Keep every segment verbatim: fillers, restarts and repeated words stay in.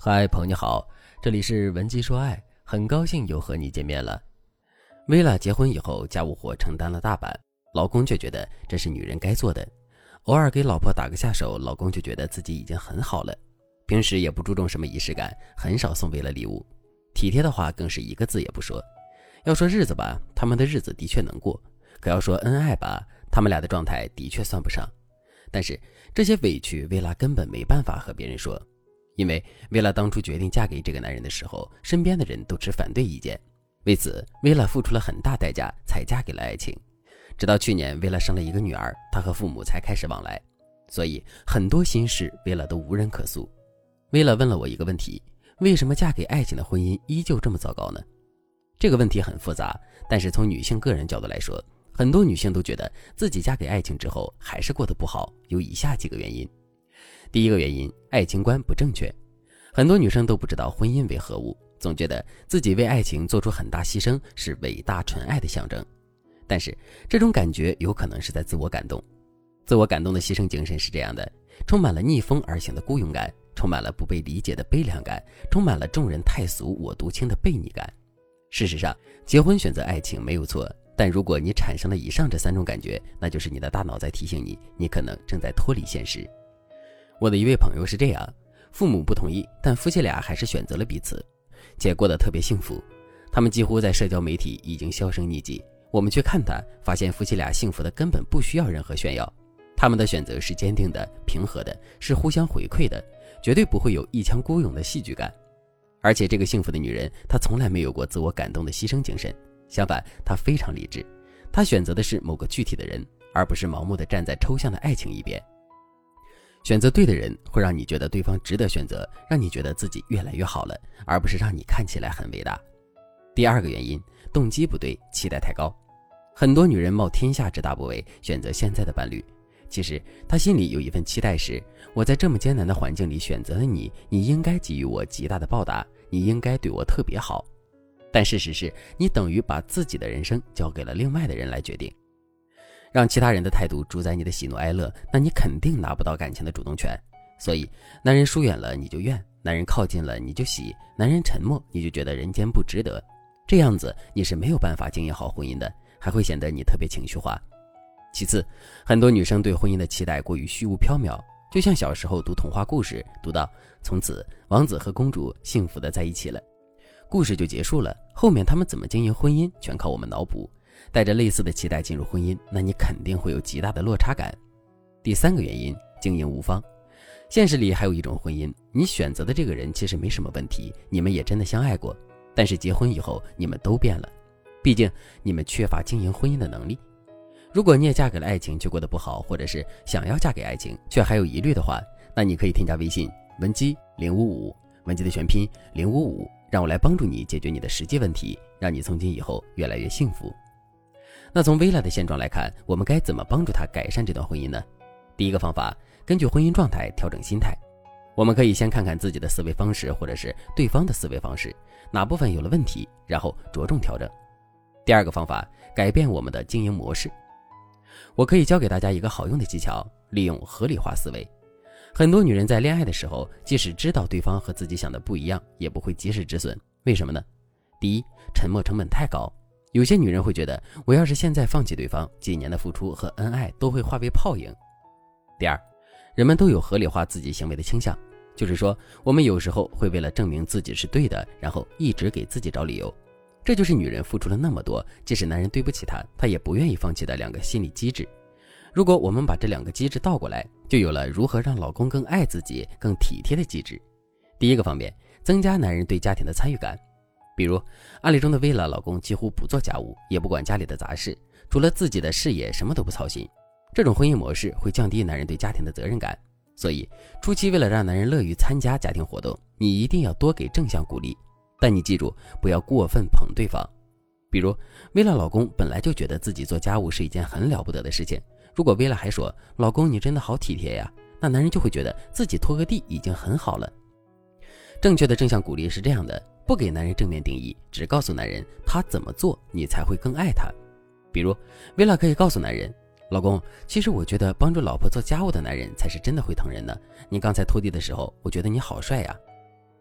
嗨，朋友你好，这里是文姬说爱，很高兴又和你见面了。薇拉结婚以后，家务活承担了大半，老公却觉得这是女人该做的，偶尔给老婆打个下手，老公就觉得自己已经很好了。平时也不注重什么仪式感，很少送薇拉礼物，体贴的话更是一个字也不说。要说日子吧，他们的日子的确能过，可要说恩爱吧，他们俩的状态的确算不上。但是这些委屈薇拉根本没办法和别人说，因为薇拉当初决定嫁给这个男人的时候，身边的人都持反对意见，为此薇拉付出了很大代价才嫁给了爱情。直到去年薇拉生了一个女儿，她和父母才开始往来，所以很多心事薇拉都无人可诉。薇拉问了我一个问题，为什么嫁给爱情的婚姻依旧这么糟糕呢？这个问题很复杂，但是从女性个人角度来说，很多女性都觉得自己嫁给爱情之后还是过得不好，有以下几个原因。第一个原因，爱情观不正确。很多女生都不知道婚姻为何物，总觉得自己为爱情做出很大牺牲是伟大纯爱的象征。但是这种感觉有可能是在自我感动。自我感动的牺牲精神是这样的，充满了逆风而行的孤勇感，充满了不被理解的悲凉感，充满了众人太俗我独清的悖逆感。事实上，结婚选择爱情没有错，但如果你产生了以上这三种感觉，那就是你的大脑在提醒你，你可能正在脱离现实。我的一位朋友是这样，父母不同意，但夫妻俩还是选择了彼此，且过得特别幸福。他们几乎在社交媒体已经销声匿迹，我们去看他，发现夫妻俩幸福的根本不需要任何炫耀。他们的选择是坚定的、平和的，是互相回馈的，绝对不会有一腔孤勇的戏剧感。而且这个幸福的女人，她从来没有过自我感动的牺牲精神，相反，她非常理智，她选择的是某个具体的人，而不是盲目的站在抽象的爱情一边。选择对的人会让你觉得对方值得选择，让你觉得自己越来越好了，而不是让你看起来很伟大。第二个原因，动机不对，期待太高。很多女人冒天下之大不韪选择现在的伴侣，其实她心里有一份期待是，我在这么艰难的环境里选择了你，你应该给予我极大的报答，你应该对我特别好。但事实是，你等于把自己的人生交给了另外的人来决定。让其他人的态度主宰你的喜怒哀乐，那你肯定拿不到感情的主动权。所以男人疏远了你就怨，男人靠近了你就喜，男人沉默你就觉得人间不值得。这样子你是没有办法经营好婚姻的，还会显得你特别情绪化。其次，很多女生对婚姻的期待过于虚无缥缈，就像小时候读童话故事，读到从此王子和公主幸福的在一起了，故事就结束了，后面他们怎么经营婚姻全靠我们脑补。带着类似的期待进入婚姻，那你肯定会有极大的落差感。第三个原因，经营无方。现实里还有一种婚姻，你选择的这个人其实没什么问题，你们也真的相爱过，但是结婚以后你们都变了，毕竟你们缺乏经营婚姻的能力。如果你也嫁给了爱情却过得不好，或者是想要嫁给爱情却还有疑虑的话，那你可以添加微信文姬零五五，文姬的全拼零五五，让我来帮助你解决你的实际问题，让你从今以后越来越幸福。那从薇拉的现状来看，我们该怎么帮助她改善这段婚姻呢？第一个方法，根据婚姻状态调整心态。我们可以先看看自己的思维方式，或者是对方的思维方式，哪部分有了问题，然后着重调整。第二个方法，改变我们的经营模式。我可以教给大家一个好用的技巧，利用合理化思维。很多女人在恋爱的时候，即使知道对方和自己想的不一样，也不会及时止损。为什么呢？第一，沉默成本太高。有些女人会觉得，我要是现在放弃对方，几年的付出和恩爱都会化为泡影。第二，人们都有合理化自己行为的倾向，就是说，我们有时候会为了证明自己是对的，然后一直给自己找理由。这就是女人付出了那么多，即使男人对不起她，她也不愿意放弃的两个心理机制。如果我们把这两个机制倒过来，就有了如何让老公更爱自己、更体贴的机制。第一个方面，增加男人对家庭的参与感。比如案例中的薇拉，老公几乎不做家务，也不管家里的杂事，除了自己的事业什么都不操心。这种婚姻模式会降低男人对家庭的责任感，所以初期为了让男人乐于参加家庭活动，你一定要多给正向鼓励，但你记住不要过分捧对方。比如薇拉老公本来就觉得自己做家务是一件很了不得的事情，如果薇拉还说老公你真的好体贴呀，那男人就会觉得自己拖个地已经很好了。正确的正向鼓励是这样的，不给男人正面定义，只告诉男人他怎么做你才会更爱他。比如薇拉可以告诉男人，老公，其实我觉得帮助老婆做家务的男人才是真的会疼人的，你刚才拖地的时候我觉得你好帅呀。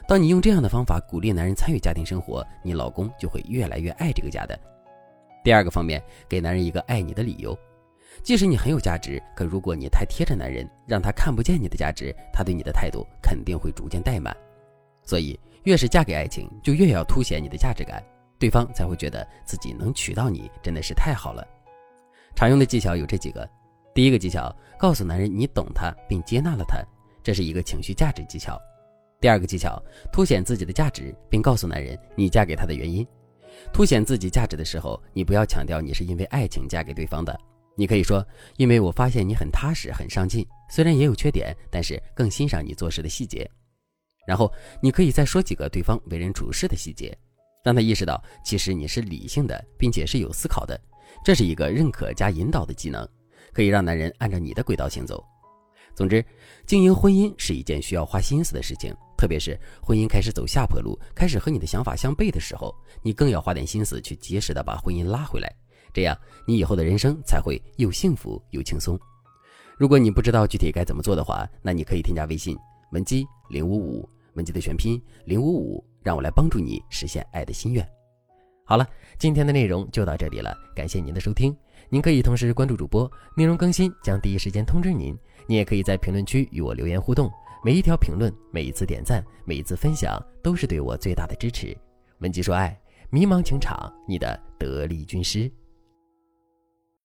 当你用这样的方法鼓励男人参与家庭生活，你老公就会越来越爱这个家的。第二个方面，给男人一个爱你的理由。即使你很有价值，可如果你太贴着男人，让他看不见你的价值，他对你的态度肯定会逐渐怠慢。所以越是嫁给爱情，就越要凸显你的价值感，对方才会觉得自己能娶到你真的是太好了。常用的技巧有这几个。第一个技巧，告诉男人你懂他并接纳了他，这是一个情绪价值技巧。第二个技巧，凸显自己的价值并告诉男人你嫁给他的原因。凸显自己价值的时候，你不要强调你是因为爱情嫁给对方的，你可以说，因为我发现你很踏实很上进，虽然也有缺点，但是更欣赏你做事的细节。然后你可以再说几个对方为人处事的细节，让他意识到其实你是理性的并且是有思考的，这是一个认可加引导的技能，可以让男人按照你的轨道行走。总之，经营婚姻是一件需要花心思的事情，特别是婚姻开始走下坡路，开始和你的想法相悖的时候，你更要花点心思去及时的把婚姻拉回来，这样你以后的人生才会又幸福又轻松。如果你不知道具体该怎么做的话，那你可以添加微信文姬零五五，文姬的全拼零五五，让我来帮助你实现爱的心愿。好了，今天的内容就到这里了，感谢您的收听。您可以同时关注主播，内容更新将第一时间通知您。你也可以在评论区与我留言互动，每一条评论，每一次点赞，每一次分享，都是对我最大的支持。文姬说爱，迷茫情场，你的得力军师。